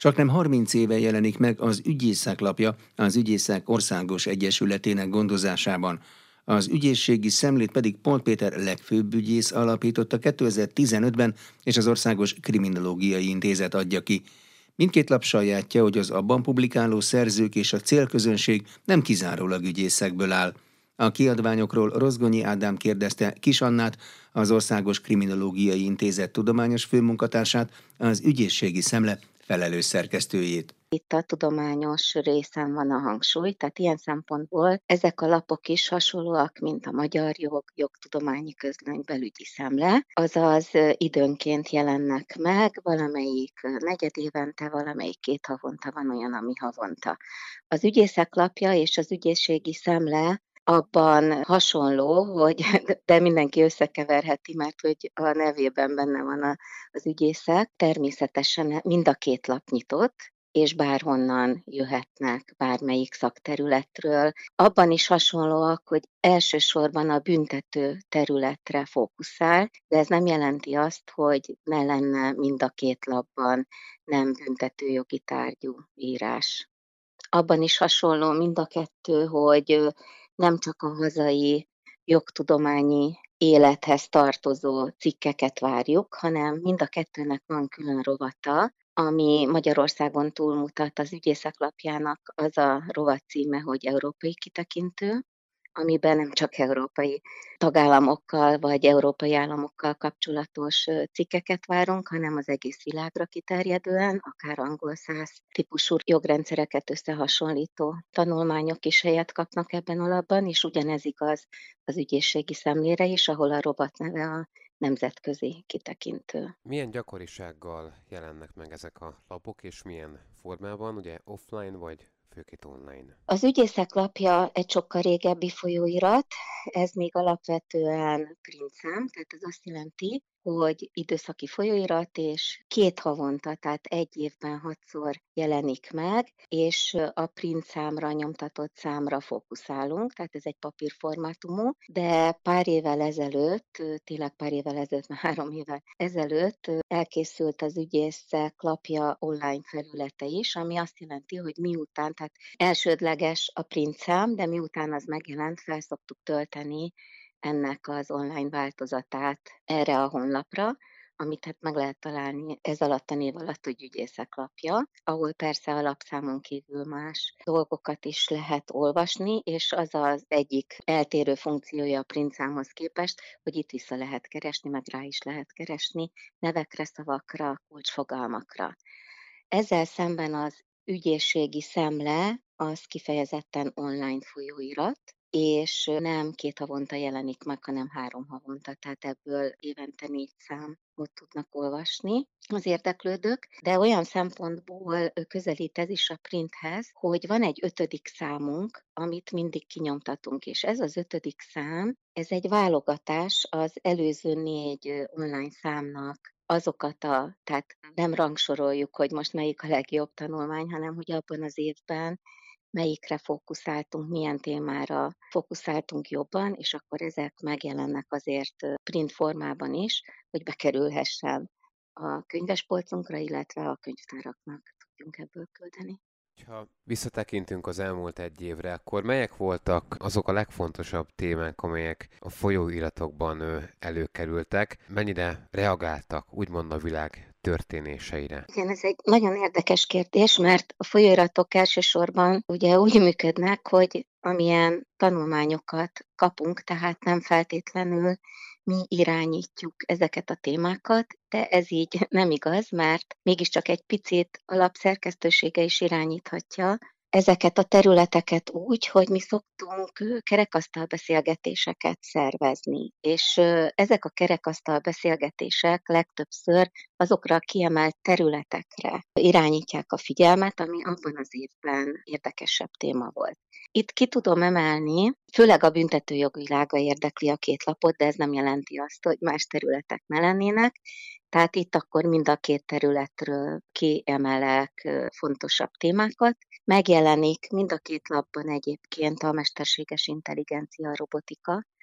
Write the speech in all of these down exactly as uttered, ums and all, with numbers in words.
Csaknem harminc éve jelenik meg az Ügyészek lapja az Ügyészek Országos Egyesületének gondozásában. Az ügyészségi szemlét pedig Polt Péter legfőbb ügyész alapította kétezer-tizenötben, és az Országos Kriminológiai Intézet adja ki. Mindkét lap sajátja, hogy az abban publikáló szerzők és a célközönség nem kizárólag ügyészekből áll. A kiadványokról Rozgonyi Ádám kérdezte Kis Annát, az Országos Kriminológiai Intézet tudományos főmunkatársát, az ügyészségi szemle felelős szerkesztőjét. Itt a tudományos részen van a hangsúly, tehát ilyen szempontból ezek a lapok is hasonlóak, mint a Magyar Jog, Jogtudományi Közlöny, Belügyi Szemle, azaz időnként jelennek meg, valamelyik negyedévente, valamelyik két havonta, van olyan, ami havonta. Az Ügyészek lapja és az Ügyészségi Szemle abban hasonló, hogy, de mindenki összekeverheti, mert hogy a nevében benne van az ügyészek. Természetesen mind a két lap nyitott, és bárhonnan jöhetnek, bármelyik szakterületről. Abban is hasonlóak, hogy elsősorban a büntető területre fókuszál, de ez nem jelenti azt, hogy ne lenne mind a két lapban nem büntetőjogi tárgyú írás. Abban is hasonló mind a kettő, hogy nem csak a hazai jogtudományi élethez tartozó cikkeket várjuk, hanem mind a kettőnek van külön rovata, ami Magyarországon túlmutat. Az Ügyészek lapjának az a rovat címe, hogy Európai Kitekintő, amiben nem csak európai tagállamokkal vagy európai államokkal kapcsolatos cikkeket várunk, hanem az egész világra kiterjedően, akár angol-szász típusú jogrendszereket összehasonlító tanulmányok is helyet kapnak ebben a lapban, és ugyanez igaz az ügyészségi szemlére is, ahol a rovat neve a nemzetközi kitekintő. Milyen gyakorisággal jelennek meg ezek a lapok, és milyen formában, ugye offline vagy főként online? Az Ügyészek lapja egy sokkal régebbi folyóirat, ez még alapvetően printszám, tehát ez azt jelenti, hogy időszaki folyóirat, és két havonta, tehát egy évben hatszor jelenik meg, és a printszámra, nyomtatott számra fókuszálunk, tehát ez egy papírformátumú, de pár évvel ezelőtt, tényleg pár évvel ezelőtt, már három évvel ezelőtt elkészült az Ügyészek lapja online felülete is, ami azt jelenti, hogy miután, tehát elsődleges a printszám, de miután az megjelent, fel szoktuk tölteni ennek az online változatát erre a honlapra, amit hát meg lehet találni ez alatt a név alatt, hogy Ügyészek lapja, ahol persze a lapszámon kívül más dolgokat is lehet olvasni, és az az egyik eltérő funkciója a printszámhoz képest, hogy itt vissza lehet keresni, meg rá is lehet keresni nevekre, szavakra, kulcsfogalmakra. Ezzel szemben az ügyészségi szemle az kifejezetten online folyóirat, és nem két havonta jelenik meg, hanem három havonta, tehát ebből évente négy számot tudnak olvasni az érdeklődők, de olyan szempontból közelít ez is a printhez, hogy van egy ötödik számunk, amit mindig kinyomtatunk, és ez az ötödik szám, ez egy válogatás az előző négy online számnak azokat a, tehát nem rangsoroljuk, hogy most melyik a legjobb tanulmány, hanem hogy abban az évben melyikre fókuszáltunk, milyen témára fókuszáltunk jobban, és akkor ezek megjelennek azért print formában is, hogy bekerülhessen a könyvespolcunkra, illetve a könyvtáraknak tudjunk ebből küldeni. Ha visszatekintünk az elmúlt egy évre, akkor melyek voltak azok a legfontosabb témák, amelyek a folyóiratokban előkerültek? Mennyire reagáltak, úgymond a világ történéseire? Igen, ez egy nagyon érdekes kérdés, mert a folyóiratok elsősorban ugye úgy működnek, hogy amilyen tanulmányokat kapunk, tehát nem feltétlenül mi irányítjuk ezeket a témákat, de ez így nem igaz, mert mégiscsak egy picit a lap szerkesztősége is irányíthatja ezeket a területeket úgy, hogy mi szoktunk kerekasztal beszélgetéseket szervezni, és ezek a kerekasztal beszélgetések legtöbbször azokra a kiemelt területekre irányítják a figyelmet, ami abban az évben érdekesebb téma volt. Itt ki tudom emelni, főleg a büntetőjog világa érdekli a két lapot, de ez nem jelenti azt, hogy más területek ne lennének. Tehát itt akkor mind a két területről kiemelek fontosabb témákat. Megjelenik mind a két lapban egyébként a mesterséges intelligencia, robotika,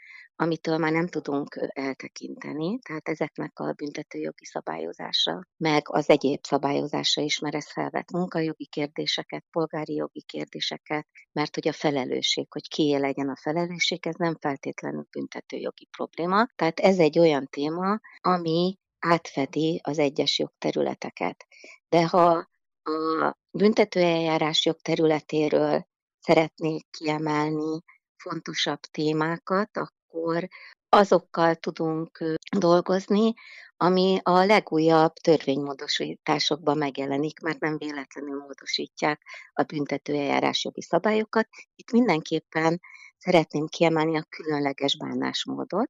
amitől már nem tudunk eltekinteni, tehát ezeknek a büntetőjogi szabályozása, meg az egyéb szabályozása is, mert ez felvet munkajogi kérdéseket, polgári jogi kérdéseket, mert hogy a felelősség, hogy kié legyen a felelősség, ez nem feltétlenül büntetőjogi probléma. Tehát ez egy olyan téma, ami átfedi az egyes jogterületeket. De ha a büntetőeljárás jogterületéről szeretnék kiemelni fontosabb témákat, akkor azokkal tudunk dolgozni, ami a legújabb törvénymódosításokban megjelenik, mert nem véletlenül módosítják a büntetőeljárás jogi szabályokat. Itt mindenképpen szeretném kiemelni a különleges bánásmódot,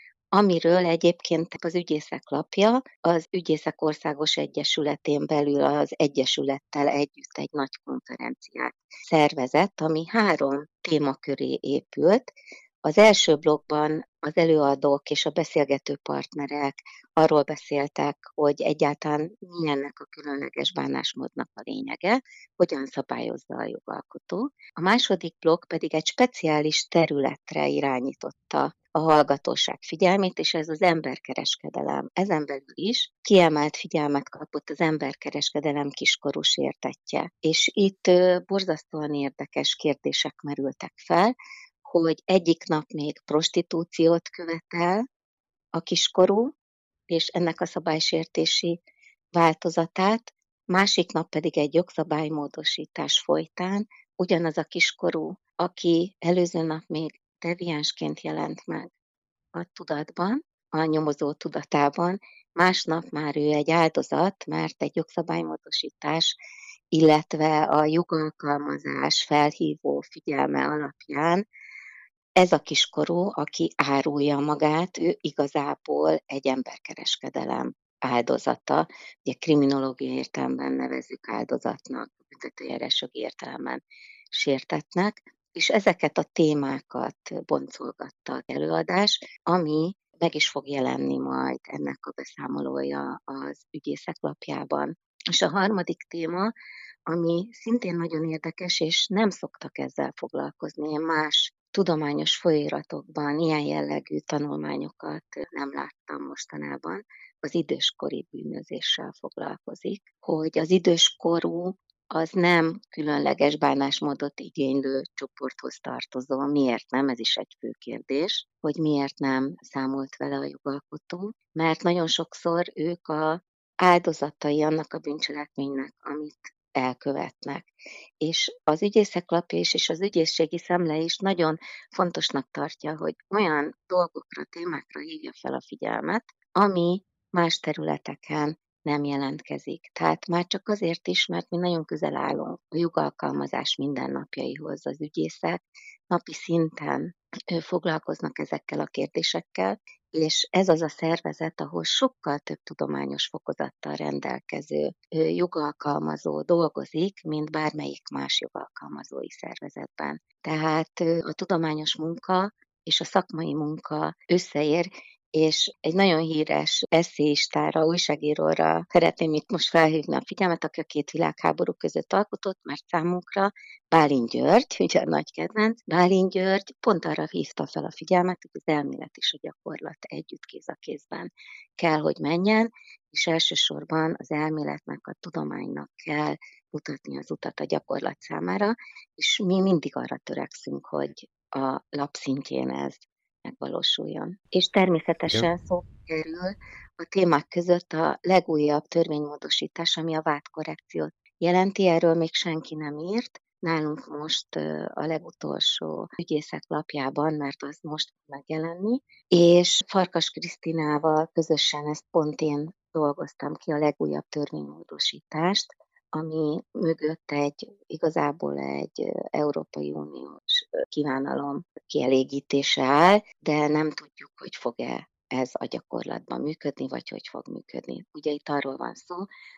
amiről egyébként az Ügyészek Lapja az Ügyészek Országos Egyesületén belül az Egyesülettel együtt egy nagy konferenciát szervezett, ami három témaköré épült. Az első blokkban az előadók és a beszélgető partnerek arról beszéltek, hogy egyáltalán mi ennek a különleges bánásmódnak a lényege, hogyan szabályozza a jogalkotó. A második blokk pedig egy speciális területre irányította a hallgatóság figyelmét, és ez az emberkereskedelem. Ezen belül is kiemelt figyelmet kapott az emberkereskedelem kiskorú sértettje. És itt borzasztóan érdekes kérdések merültek fel, hogy egyik nap még prostitúciót követel a kiskorú, és ennek a szabálysértési változatát, másik nap pedig egy jogszabálymódosítás folytán ugyanaz a kiskorú, aki előző nap még deviánsként jelent meg a tudatban, a nyomozó tudatában, másnap már ő egy áldozat, mert egy jogszabálymódosítás, illetve a jogalkalmazás felhívó figyelme alapján ez a kiskorú, aki árulja magát, ő igazából egy emberkereskedelem áldozata. Ugye kriminológiai értelemben nevezzük áldozatnak, büntetőeljárás jogi értelemben sértettnek, és ezeket a témákat boncolgatta az előadás, ami meg is fog jelenni majd ennek a beszámolója az Ügyészek Lapjában. És a harmadik téma, ami szintén nagyon érdekes, és nem szoktak ezzel foglalkozni, én más tudományos folyóiratokban ilyen jellegű tanulmányokat nem láttam mostanában, az időskori bűnözéssel foglalkozik, hogy az időskorú az nem különleges bánásmódot igénylő csoporthoz tartozó. Miért nem? Ez is egy fő kérdés, hogy miért nem számolt vele a jogalkotó, mert nagyon sokszor ők a áldozatai annak a bűncselekménynek, amit elkövetnek. És az Ügyészek Lapja is, és az ügyészségi szemle is nagyon fontosnak tartja, hogy olyan dolgokra, témákra hívja fel a figyelmet, ami más területeken nem jelentkezik. Tehát már csak azért is, mert mi nagyon közel állunk a jogalkalmazás mindennapjaihoz. Az ügyészek napi szinten foglalkoznak ezekkel a kérdésekkel, és ez az a szervezet, ahol sokkal több tudományos fokozattal rendelkező jogalkalmazó dolgozik, mint bármelyik más jogalkalmazói szervezetben. Tehát a tudományos munka és a szakmai munka összeér, és egy nagyon híres esszéistára, újságíróra szeretném itt most felhívni a figyelmet, aki a két világháború között alkotott, mert számunkra Bálint György, ugye a nagy kedvenc, Bálint György pont arra hívta fel a figyelmet, hogy az elmélet és a gyakorlat együtt kéz a kézben kell, hogy menjen, és elsősorban az elméletnek, a tudománynak kell mutatni az utat a gyakorlat számára, és mi mindig arra törekszünk, hogy a lap szintjén ez megvalósuljon. És természetesen szó kerül a témák között a legújabb törvénymódosítás, ami a vádkorrekciót jelenti, erről még senki nem írt. Nálunk most a legutolsó Ügyészek Lapjában, mert az most fog megjelenni, és Farkas Krisztinával közösen ezt pont én dolgoztam ki, a legújabb törvénymódosítást, ami mögött egy igazából egy Európai Uniós kívánalom kielégítése áll, de nem tudjuk, hogy fog-e ez a gyakorlatban működni, vagy hogy fog működni. Ugye itt arról van szó,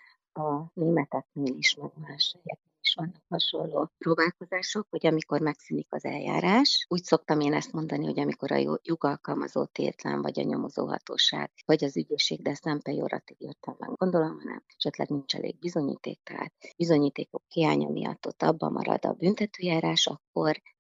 a németeknél is, meg más helyeknél is vannak hasonló próbálkozások, hogy amikor megszűnik az eljárás, úgy szoktam én ezt mondani, hogy amikor a jogalkalmazó tétlen, vagy a nyomozóhatóság, vagy az ügyészség, de ezt nem pejoratív értelemben gondolom, hanem esetleg nincs elég bizonyíték, tehát bizonyítékok hiánya miatt ott abban marad a büntetőjárás, akkor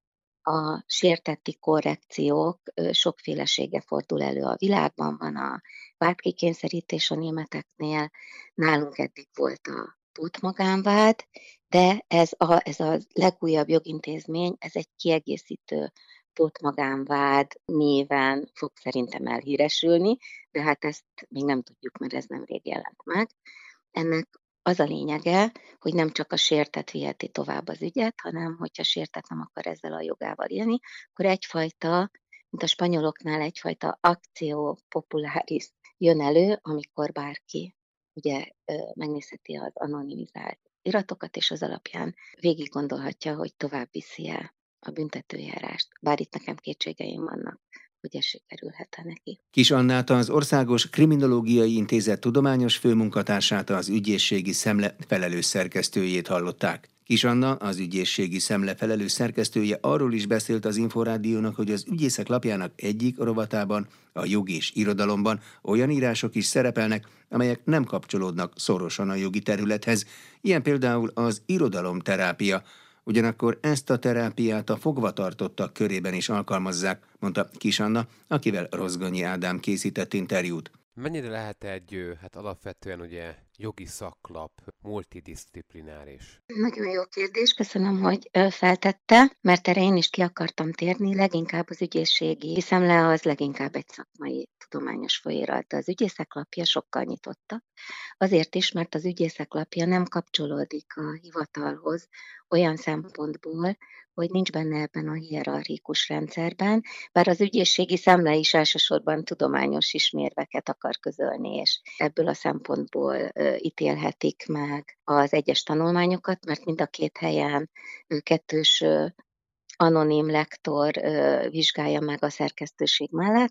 A sértetti korrekciók sokfélesége fordul elő a világban, van a vádkikényszerítés a németeknél, nálunk eddig volt a pótmagánvád, de ez a, ez a legújabb jogintézmény, ez egy kiegészítő pótmagánvád néven fog szerintem elhíresülni, de hát ezt még nem tudjuk, mert ez nemrég jelent meg. Ennek az a lényege, hogy nem csak a sértett viheti tovább az ügyet, hanem hogyha sértett nem akar ezzel a jogával élni, akkor egyfajta, mint a spanyoloknál egyfajta actio popularis jön elő, amikor bárki ugye megnézheti az anonimizált iratokat, és az alapján végig gondolhatja, hogy tovább viszi-e a büntetőjárást. Bár itt nekem kétségeim vannak, hogy ez sikerülhet neki. Kis Annát, az Országos Kriminológiai Intézet tudományos főmunkatársát, az ügyészségi szemle felelős szerkesztőjét hallották. Kis Anna, az ügyészségi szemle felelős szerkesztője arról is beszélt az Inforádiónak, hogy az ügyészek lapjának egyik rovatában, a jog és irodalomban olyan írások is szerepelnek, amelyek nem kapcsolódnak szorosan a jogi területhez. Ilyen például az irodalomterápia. Ugyanakkor ezt a terápiát a fogvatartottak körében is alkalmazzák, mondta Kis Anna, akivel Rozgonyi Ádám készített interjút. Mennyire lehet egy, hát alapvetően ugye jogi szaklap multidisziplináris? Nagyon jó kérdés, köszönöm, hogy feltette, mert erre én is ki akartam térni, leginkább az ügyészségi szemle az leginkább egy szakmai tudományos folyóirat, de az ügyészek lapja sokkal nyitottabb. Azért is, mert az ügyészek lapja nem kapcsolódik a hivatalhoz olyan szempontból, hogy nincs benne ebben a hierarchikus rendszerben, bár az ügyészségi szemle is elsősorban tudományos ismérveket akar közölni, és ebből a szempontból ö, ítélhetik meg az egyes tanulmányokat, mert mind a két helyen ö, kettős ö, anonim lektor ö, vizsgálja meg a szerkesztőség mellett,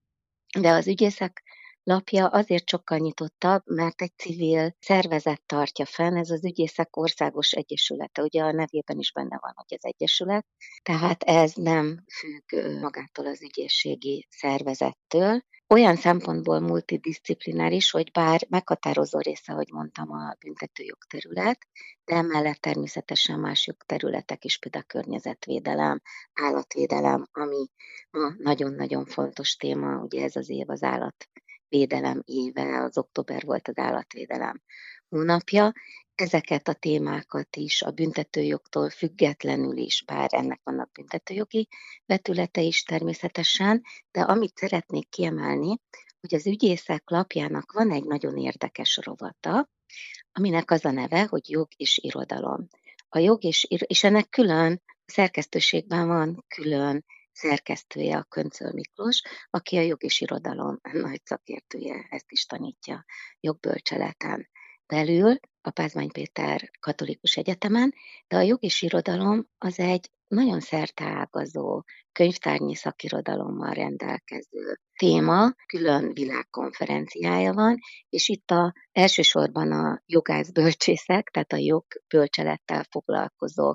de az ügyészek lapja azért sokkal nyitottabb, mert egy civil szervezet tartja fenn, ez az Ügyészek Országos Egyesülete, ugye a nevében is benne van, hogy az egyesület, tehát ez nem függ magától az ügyészségi szervezettől. Olyan szempontból multidisziplináris, hogy bár meghatározó része, hogy mondtam, a büntetőjog terület, de emellett természetesen más jogterületek is, például a környezetvédelem, állatvédelem, ami ma nagyon-nagyon fontos téma, ugye ez az év az állatvédelem éve, az október volt az állatvédelem hónapja. Ezeket a témákat is a büntetőjogtól függetlenül is, bár ennek vannak büntetőjogi vetülete is természetesen, de amit szeretnék kiemelni, hogy az ügyészek lapjának van egy nagyon érdekes rovata, aminek az a neve, hogy jog és irodalom. A jog és, és ennek külön, a szerkesztőségben van külön szerkesztője, a Köncöl Miklós, aki a jog és irodalom nagy szakértője, ezt is tanítja jogbölcseleten belül, a Pázmány Péter Katolikus Egyetemen, de a jog és irodalom az egy nagyon szerteágazó, könyvtárnyi szakirodalommal rendelkező téma, külön világkonferenciája van, és itt a, elsősorban a jogászbölcsészek, tehát a jogbölcselettel foglalkozók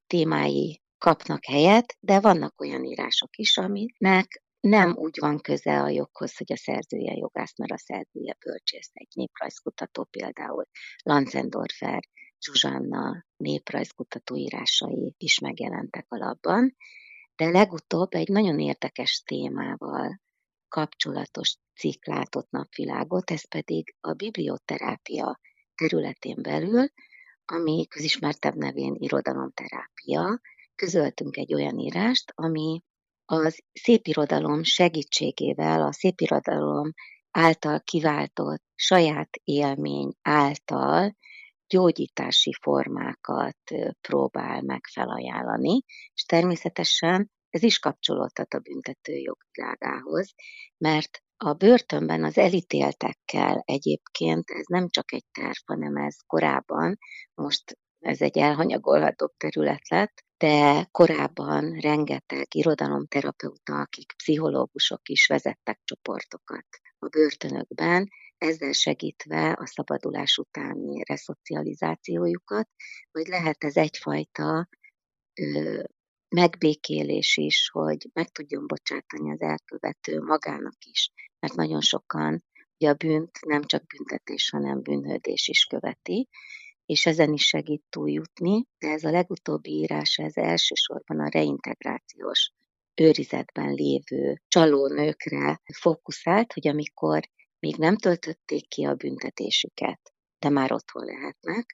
témái kapnak helyet, de vannak olyan írások is, aminek nem úgy van köze a joghoz, hogy a szerzője jogász, mert a szerzője bölcsész, egy néprajzkutató például, Lanzendorfer Zsuzsanna néprajzkutató írásai is megjelentek a lapban, de legutóbb egy nagyon érdekes témával kapcsolatos cikk látott napvilágot, ez pedig a biblioterápia területén belül, ami közismertebb nevén irodalomterápia. Közöltünk egy olyan írást, ami az szépirodalom segítségével, a szépirodalom által kiváltott saját élmény által gyógyítási formákat próbál meg felajánlani, és természetesen ez is kapcsolódhat a büntetőjog világához, mert a börtönben az elítéltekkel egyébként ez nem csak egy terv, hanem ez korábban, most ez egy elhanyagolhatóbb terület lett, de korábban rengeteg irodalomterapeuta, akik pszichológusok is vezettek csoportokat a börtönökben, ezzel segítve a szabadulás utáni reszocializációjukat, vagy lehet ez egyfajta ö, megbékélés is, hogy meg tudjon bocsátani az elkövető magának is, mert nagyon sokan ugye a bűnt nem csak büntetés, hanem bűnhődés is követi, és ezen is segít túljutni, de ez a legutóbbi írás, ez elsősorban a reintegrációs őrizetben lévő csalónőkre fókuszált, hogy amikor még nem töltötték ki a büntetésüket, de már otthon lehetnek,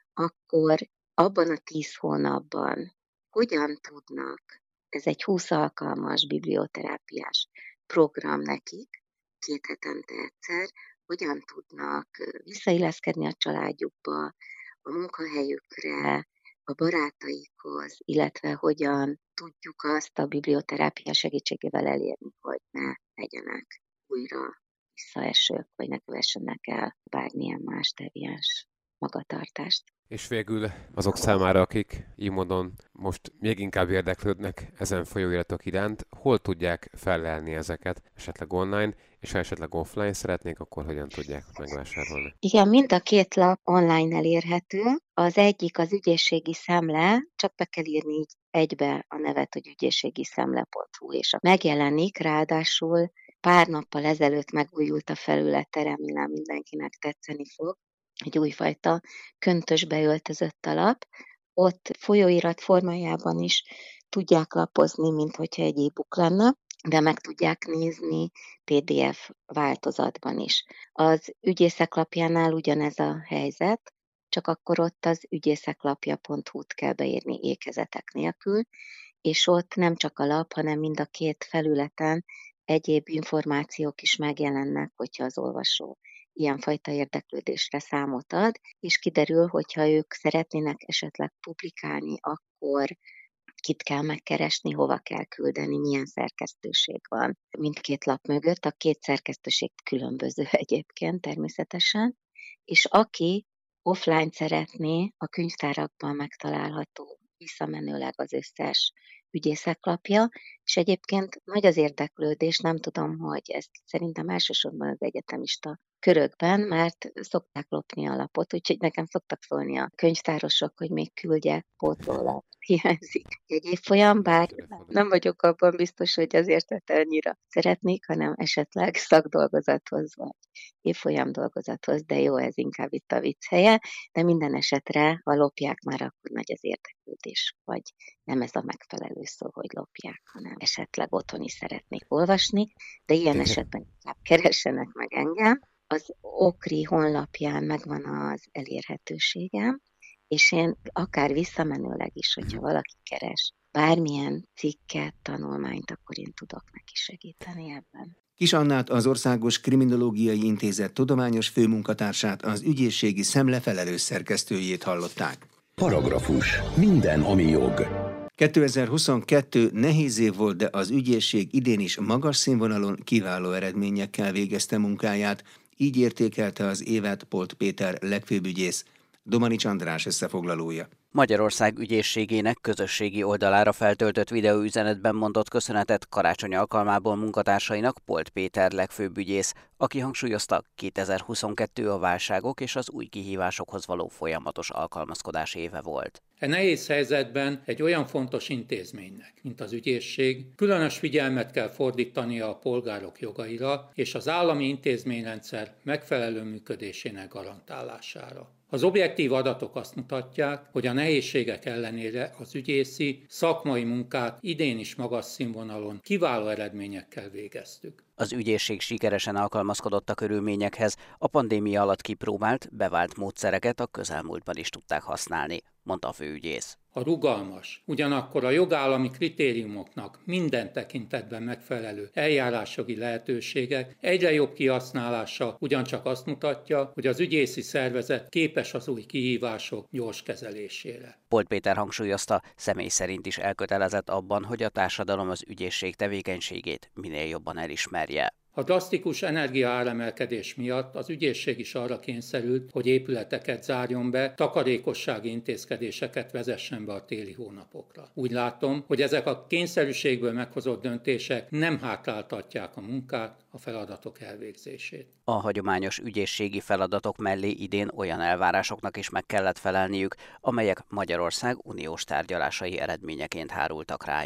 akkor abban a tíz hónapban hogyan tudnak, ez egy húsz alkalmas biblioterápiás program nekik, két hetente egyszer, hogyan tudnak visszailleszkedni a családjukba, a munkahelyükre, a barátaikhoz, illetve hogyan tudjuk azt a biblioterápia segítségével elérni, hogy ne legyenek újra visszaesők, vagy ne kövessenek el bármilyen más deviáns magatartást. És végül azok számára, akik így módon most még inkább érdeklődnek ezen folyóiratok iránt, hol tudják fellelni ezeket, esetleg online, és ha esetleg offline szeretnék, akkor hogyan tudják megvásárolni? Igen, mind a két lap online elérhető. Az egyik az ügyészségi szemle, csak be kell írni így egybe a nevet, hogy ügyészségi szemle pont hu, és megjelenik, ráadásul pár nappal ezelőtt megújult a felülete, remélem mindenkinek tetszeni fog. Egy újfajta köntösbe öltözött a lap. Ott folyóirat formájában is tudják lapozni, mint hogyha egy e-book lenne, de meg tudják nézni pé dé ef változatban is. Az ügyészek lapjánál ugyanez a helyzet, csak akkor ott az ügyészeklapja pont hu-t kell beírni ékezetek nélkül, és ott nem csak a lap, hanem mind a két felületen egyéb információk is megjelennek, hogyha az olvasó ilyenfajta érdeklődésre számot ad, és kiderül, hogyha ők szeretnének esetleg publikálni, akkor kit kell megkeresni, hova kell küldeni, milyen szerkesztőség van mindkét lap mögött. A két szerkesztőség különböző egyébként természetesen, és aki offline szeretné, a könyvtárakban megtalálható visszamenőleg az összes ügyészeklapja, és egyébként nagy az érdeklődés, nem tudom, hogy ezt szerintem elsősorban az egyetemista körökben, mert szokták lopni a lapot, úgyhogy nekem szoktak szólni a könyvtárosok, hogy még küldjek pótlólap, hiányzik egy évfolyam, bár nem vagyok abban biztos, hogy azért annyira szeretnék, hanem esetleg szakdolgozathoz vagy évfolyam dolgozathoz, de jó, ez inkább itt a vicc helye, de minden esetre, ha lopják, már akkor nagy az érdeklődés, vagy nem ez a megfelelő szó, hogy lopják, hanem esetleg otthon is szeretnék olvasni, de ilyen esetben inkább keressenek meg engem. Az Okri honlapján megvan az elérhetőségem, és én akár visszamenőleg is, hogyha valaki keres bármilyen cikket, tanulmányt, akkor én tudok neki segíteni ebben. Kis Annát, az Országos Kriminológiai Intézet tudományos főmunkatársát, az ügyészségi szemle felelős szerkesztőjét hallották. Paragrafus. Minden, ami jog. kétezer-huszonkettő nehéz év volt, de az ügyészség idén is magas színvonalon kiváló eredményekkel végezte munkáját, így értékelte az évet Polt Péter legfőbb ügyész, Domanics András összefoglalója. Magyarország ügyészségének közösségi oldalára feltöltött videóüzenetben mondott köszönetet karácsony alkalmából munkatársainak Polt Péter legfőbb ügyész, aki hangsúlyozta, kétezer-huszonkettő a válságok és az új kihívásokhoz való folyamatos alkalmazkodás éve volt. E nehéz helyzetben egy olyan fontos intézménynek, mint az ügyészség, különös figyelmet kell fordítania a polgárok jogaira és az állami intézményrendszer megfelelő működésének garantálására. Az objektív adatok azt mutatják, hogy a nehézségek ellenére az ügyészi, szakmai munkát idén is magas színvonalon kiváló eredményekkel végeztük. Az ügyészség sikeresen alkalmazkodott a körülményekhez, a pandémia alatt kipróbált, bevált módszereket a közelmúltban is tudták használni, mondta a főügyész. A rugalmas, ugyanakkor a jogállami kritériumoknak minden tekintetben megfelelő eljárásjogi lehetőségek egyre jobb kihasználása ugyancsak azt mutatja, hogy az ügyészi szervezet képes az új kihívások gyors kezelésére. Polt Péter hangsúlyozta, személy szerint is elkötelezett abban, hogy a társadalom az ügyészség tevékenységét minél jobban elismerje. A drasztikus energiaáremelkedés miatt az ügyészség is arra kényszerült, hogy épületeket zárjon be, takarékossági intézkedéseket vezessen be a téli hónapokra. Úgy látom, hogy ezek a kényszerűségből meghozott döntések nem hátráltatják a munkát, a feladatok elvégzését. A hagyományos ügyészségi feladatok mellé idén olyan elvárásoknak is meg kellett felelniük, amelyek Magyarország uniós tárgyalásai eredményeként hárultak rájuk.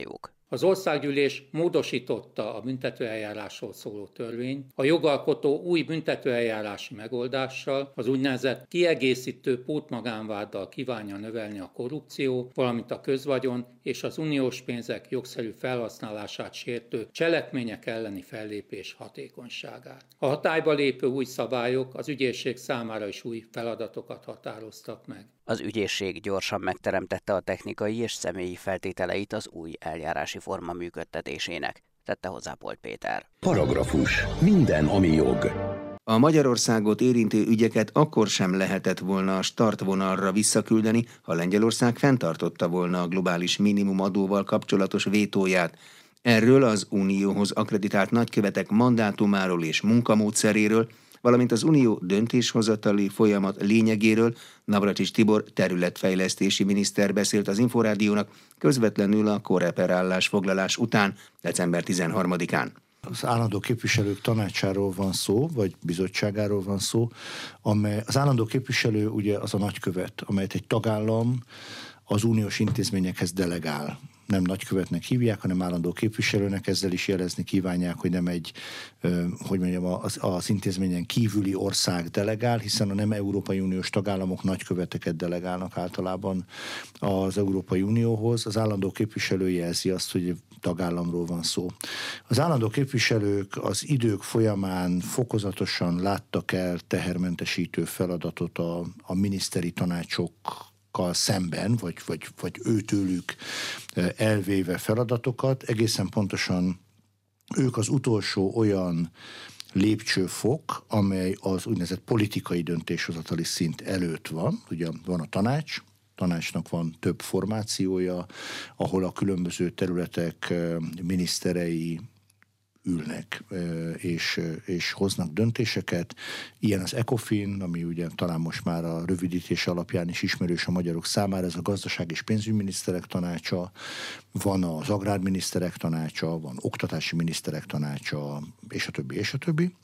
Az országgyűlés módosította a büntetőeljárásról szóló törvényt, a jogalkotó új büntetőeljárási megoldással, az úgynevezett kiegészítő pótmagánváddal kívánja növelni a korrupció, valamint a közvagyon és az uniós pénzek jogszerű felhasználását sértő cselekmények elleni fellépés hatékonyságát. A hatályba lépő új szabályok az ügyészség számára is új feladatokat határoztak meg. Az ügyészség gyorsan megteremtette a technikai és személyi feltételeit az új eljárási forma működtetésének, tette hozzá Polt Péter. Paragrafus. Minden, ami jog. A Magyarországot érintő ügyeket akkor sem lehetett volna a startvonalra visszaküldeni, ha Lengyelország fenntartotta volna a globális minimumadóval kapcsolatos vétóját. Erről az Unióhoz akkreditált nagykövetek mandátumáról és munkamódszeréről, valamint az Unió döntéshozatali folyamat lényegéről Navracsics Tibor területfejlesztési miniszter beszélt az Inforádiónak közvetlenül a Coreper állásfoglalás után, december tizenharmadikán. Az állandó képviselők tanácsáról van szó, vagy bizottságáról van szó, amely az állandó képviselő ugye az a nagykövet, amelyet egy tagállam az uniós intézményekhez delegál. Nem nagykövetnek hívják, hanem állandó képviselőnek, ezzel is jelezni kívánják, hogy nem egy, hogy mondjam, az, az intézményen kívüli ország delegál, hiszen a nem Európai Uniós tagállamok nagyköveteket delegálnak általában az Európai Unióhoz. Az állandó képviselő jelzi azt, hogy tagállamról van szó. Az állandó képviselők az idők folyamán fokozatosan láttak el tehermentesítő feladatot a, a miniszteri tanácsok szemben, vagy, vagy, vagy őtőlük elvéve feladatokat. Egészen pontosan ők az utolsó olyan lépcsőfok, amely az úgynevezett politikai döntéshozatali szint előtt van. Ugye van a tanács, tanácsnak van több formációja, ahol a különböző területek miniszterei ülnek és, és hoznak döntéseket. Ilyen az ECOFIN, ami ugye talán most már a rövidítés alapján is ismerős a magyarok számára, ez a gazdaság és pénzügyminiszterek tanácsa, van az agrárminiszterek tanácsa, van oktatási miniszterek tanácsa, és a többi, és a többi.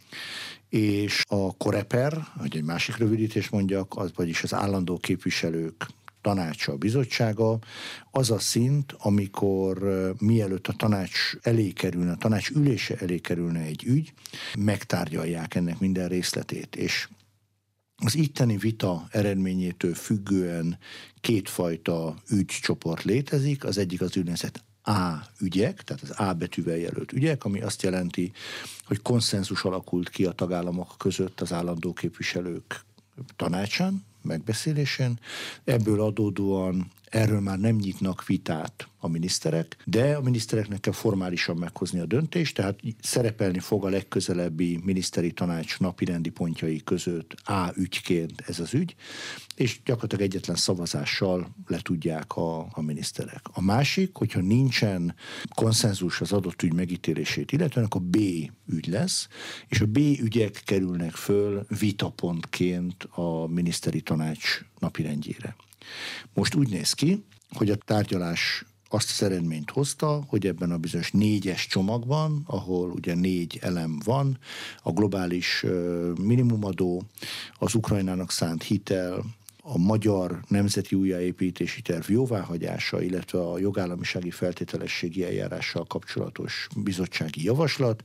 És a Coreper, hogy egy másik rövidítés mondjak, az vagyis az állandó képviselők tanácsa, a bizottsága, az a szint, amikor mielőtt a tanács elé kerülne, a tanács ülése elé kerülne egy ügy, megtárgyalják ennek minden részletét, és az itteni vita eredményétől függően kétfajta ügycsoport létezik, az egyik az úgynevezett A ügyek, tehát az A betűvel jelölt ügyek, ami azt jelenti, hogy konszenzus alakult ki a tagállamok között az állandó képviselők tanácsán, megbeszélésen. Ebből adódóan erről már nem nyitnak vitát a miniszterek, de a minisztereknek kell formálisan meghozni a döntést, tehát szerepelni fog a legközelebbi miniszteri tanács napirendi pontjai között A ügyként ez az ügy, és gyakorlatilag egyetlen szavazással letudják a, a miniszterek. A másik, hogyha nincsen konszenzus az adott ügy megítélését, illetve a B ügy lesz, és a B ügyek kerülnek föl vitapontként a miniszteri tanács napirendjére. Most úgy néz ki, hogy a tárgyalás azt az eredményt hozta, hogy ebben a bizonyos négyes csomagban, ahol ugye négy elem van, a globális minimumadó, az Ukrajnának szánt hitel, a magyar nemzeti újjáépítési terv jóváhagyása, illetve a jogállamisági feltételességi eljárással kapcsolatos bizottsági javaslat.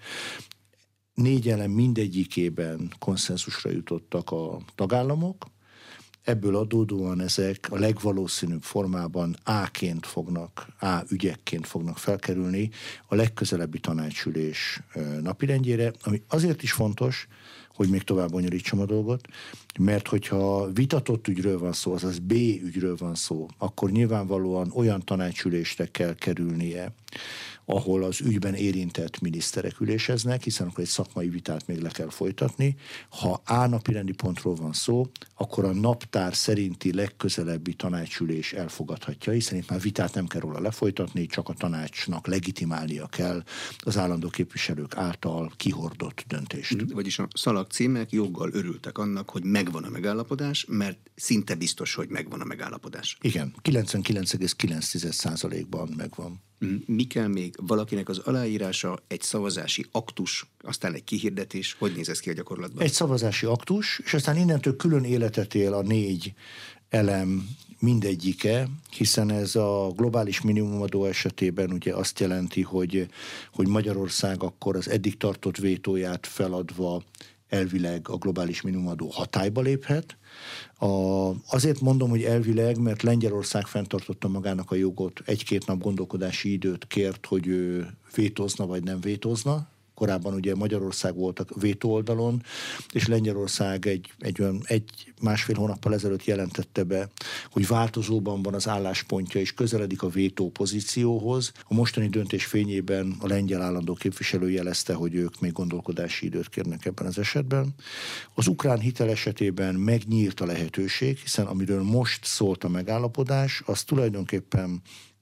Négy elem mindegyikében konszenzusra jutottak a tagállamok. Ebből adódóan ezek a legvalószínűbb formában A-ként fognak, A ügyekként fognak felkerülni a legközelebbi tanácsülés napirendjére, ami azért is fontos, hogy még tovább bonyolítsam a dolgot, mert hogyha vitatott ügyről van szó, azaz B ügyről van szó, akkor nyilvánvalóan olyan tanácsülésre kell kerülnie, ahol az ügyben érintett miniszterek üléseznek, hiszen akkor egy szakmai vitát még le kell folytatni. Ha A napirendi pontról van szó, akkor a naptár szerinti legközelebbi tanácsülés elfogadhatja, hiszen itt már vitát nem kell róla lefolytatni, csak a tanácsnak legitimálnia kell az állandó képviselők által kihordott döntést. Vagyis a szalagcímek joggal örültek annak, hogy megvan a megállapodás, mert szinte biztos, hogy megvan a megállapodás. Igen, kilencvenkilenc egész kilenc százalékban megvan. Mi kell még? Valakinek az aláírása, egy szavazási aktus, aztán egy kihirdetés. Hogy néz ez ki a gyakorlatban? Egy szavazási aktus, és aztán innentől külön életet él a négy elem mindegyike, hiszen ez a globális minimumadó esetében ugye azt jelenti, hogy, hogy Magyarország akkor az eddig tartott vétóját feladva elvileg a globális minimumadó hatályba léphet. A, azért mondom, hogy elvileg, mert Lengyelország fenntartotta magának a jogot, egy-két nap gondolkodási időt kért, hogy ő vétózna vagy nem vétózna. Korábban ugye Magyarország volt a vétó oldalon, és Lengyelország egy, egy olyan egy másfél hónappal ezelőtt jelentette be, hogy változóban van az álláspontja, és közeledik a vétó pozícióhoz. A mostani döntés fényében a lengyel állandó képviselő jelezte, hogy ők még gondolkodási időt kérnek ebben az esetben. Az ukrán hitel esetében megnyílt a lehetőség, hiszen amiről most szólt a megállapodás, az tulajdonképpen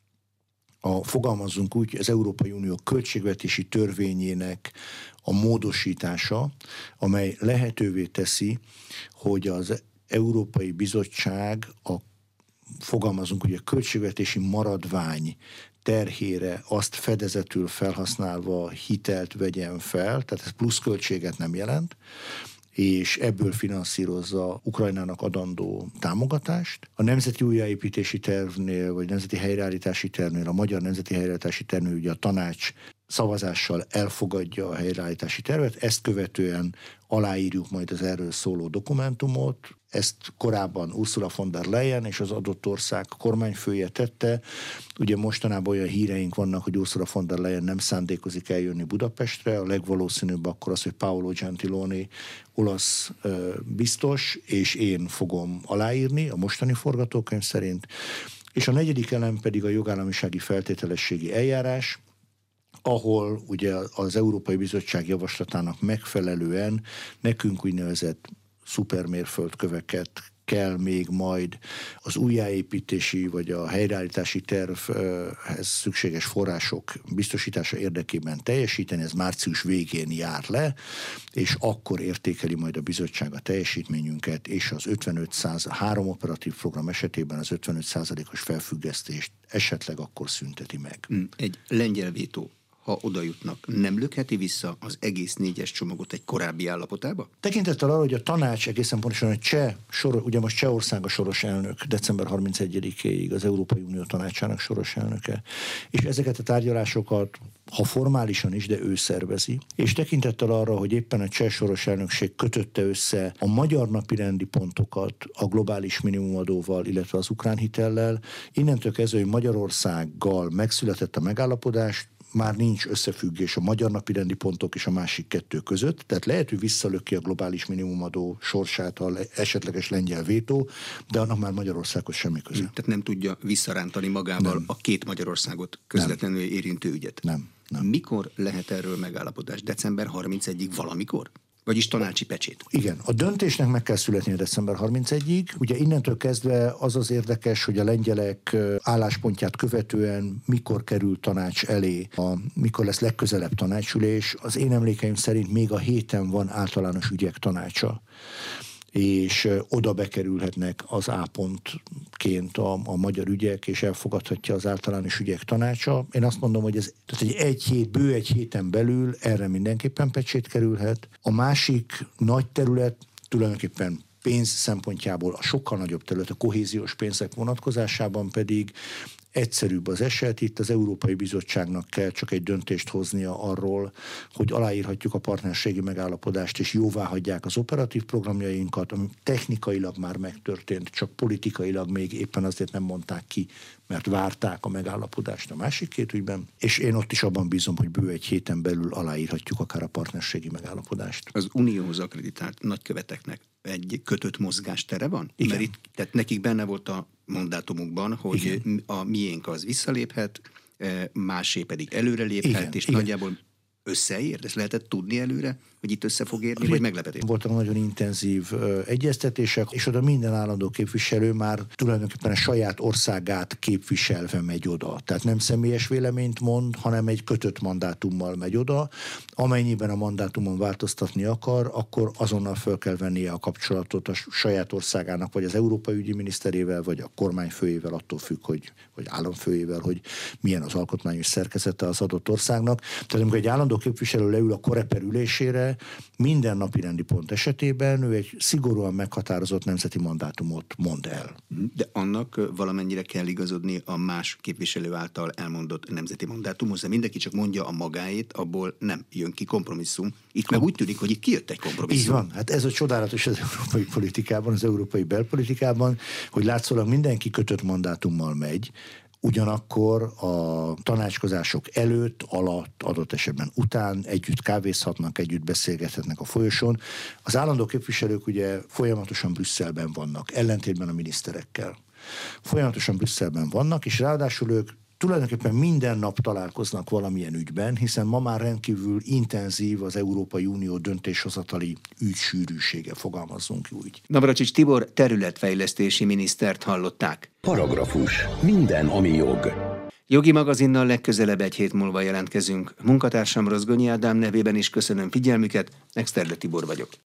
a, fogalmazzunk úgy, az Európai Unió költségvetési törvényének a módosítása, amely lehetővé teszi, hogy az Európai Bizottság a, fogalmazunk, hogy a költségvetési maradvány terhére azt fedezetül felhasználva hitelt vegyen fel, tehát ez pluszköltséget nem jelent, és ebből finanszírozza Ukrajnának adandó támogatást. A Nemzeti Újjáépítési Tervnél, vagy Nemzeti Helyreállítási Tervnél, a Magyar Nemzeti Helyreállítási Tervnél ugye a tanács szavazással elfogadja a helyreállítási tervet, ezt követően aláírjuk majd az erről szóló dokumentumot. Ezt korábban Ursula von der Leyen és az adott ország kormányfője tette. Ugye mostanában olyan híreink vannak, hogy Ursula von der Leyen nem szándékozik eljönni Budapestre. A legvalószínűbb akkor az, hogy Paolo Gentiloni olasz biztos, és én fogom aláírni a mostani forgatókönyv szerint. És a negyedik elem pedig a jogállamisági feltételességi eljárás, ahol ugye az Európai Bizottság javaslatának megfelelően nekünk úgynevezett szupermérföldköveket kell még majd az újjáépítési vagy a helyreállítási tervhez szükséges források biztosítása érdekében teljesíteni, ez március végén jár le, és akkor értékeli majd a bizottság a teljesítményünket, és az ötvenöt százalék, három operatív program esetében az ötvenöt százalékos felfüggesztést esetleg akkor szünteti meg. Egy lengyel vétó, ha oda jutnak, nem lökheti vissza az egész négyes csomagot egy korábbi állapotába? Tekintettel arra, hogy a tanács egészen pontosan a cseh, sor, ugye most Csehország a soros elnök, december harmincegyedikéig az Európai Unió tanácsának soros elnöke, és ezeket a tárgyalásokat, ha formálisan is, de ő szervezi, és tekintettel arra, hogy éppen a cseh soros elnökség kötötte össze a magyar napirendi pontokat a globális minimumadóval, illetve az ukrán hitellel, innentől kezdve, hogy Magyarországgal megszületett a megállapodás, már nincs összefüggés a magyar napirendi pontok és a másik kettő között, tehát lehet, hogy visszalöki a globális minimumadó sorsát a esetleges lengyel vétó, de annak már Magyarországhoz semmi köze. Tehát nem tudja visszarántani magával nem. a két Magyarországot közvetlenül nem. érintő ügyet? Nem. nem. Mikor lehet erről megállapodás? december harmincegyedikéig valamikor? Vagyis tanácsi pecsét. Igen, a döntésnek meg kell születnie december harmincegyedikéig. Ugye innentől kezdve az az érdekes, hogy a lengyelek álláspontját követően mikor kerül tanács elé, a, mikor lesz legközelebb tanácsülés. Az én emlékeim szerint még a héten van általános ügyek tanácsa, és oda bekerülhetnek az A pontként a, a magyar ügyek, és elfogadhatja az általános ügyek tanácsa. Én azt mondom, hogy ez tehát egy, egy hét, bő egy héten belül erre mindenképpen pecsét kerülhet. A másik nagy terület tulajdonképpen pénz szempontjából a sokkal nagyobb terület, a kohéziós pénzek vonatkozásában pedig egyszerűbb az eset, itt az Európai Bizottságnak kell csak egy döntést hoznia arról, hogy aláírhatjuk a partnerségi megállapodást, és jóvá hagyják az operatív programjainkat, ami technikailag már megtörtént, csak politikailag még éppen azért nem mondták ki, mert várták a megállapodást a másik két ügyben, és én ott is abban bízom, hogy bő egy héten belül aláírhatjuk akár a partnerségi megállapodást. Az unióhoz akreditált nagyköveteknek egy kötött mozgástere van? Igen. Mert itt, tehát nekik benne volt a mandátumukban, hogy igen. a miénk az visszaléphet, másé pedig előreléphet, igen, és igen. nagyjából összeér? Ezt lehetett tudni előre, hogy itt össze fog érni, vagy meglepetés? Voltak nagyon intenzív ö, egyeztetések, és oda minden állandó képviselő már tulajdonképpen a saját országát képviselve megy oda. Tehát nem személyes véleményt mond, hanem egy kötött mandátummal megy oda. Amennyiben a mandátumon változtatni akar, akkor azonnal föl kell vennie a kapcsolatot a saját országának, vagy az Európai Ügyi Miniszterével, vagy a kormányfőjével, attól függ, hogy, vagy államfőjével, hogy milyen az alkotmányos szerkezete az adott országnak. Tehát amikor egy állandó állandó képviselő leül a Coreper ülésére, minden napi rendi pont esetében ő egy szigorúan meghatározott nemzeti mandátumot mond el. De annak valamennyire kell igazodni a más képviselő által elmondott nemzeti mandátumhoz, de mindenki csak mondja a magáét, abból nem jön ki kompromisszum. Itt meg úgy tűnik, hogy itt kijött egy kompromisszum. Így van, hát ez a csodálatos az európai politikában, az európai belpolitikában, hogy látszólag mindenki kötött mandátummal megy, ugyanakkor a tanácskozások előtt, alatt, adott esetben után együtt kávézhatnak, együtt beszélgethetnek a folyosón. Az állandó képviselők ugye folyamatosan Brüsszelben vannak, ellentétben a miniszterekkel. Folyamatosan Brüsszelben vannak, és ráadásul ők tulajdonképpen minden nap találkoznak valamilyen ügyben, hiszen ma már rendkívül intenzív az Európai Unió döntéshozatali ügysűrűsége, fogalmazzunk úgy. Navracsics Tibor területfejlesztési minisztert hallották. Paragrafus. Minden, ami jog. Jogi magazinnal legközelebb egy hét múlva jelentkezünk. Munkatársam Rozgonyi Ádám nevében is köszönöm figyelmüket, Exterde Tibor vagyok.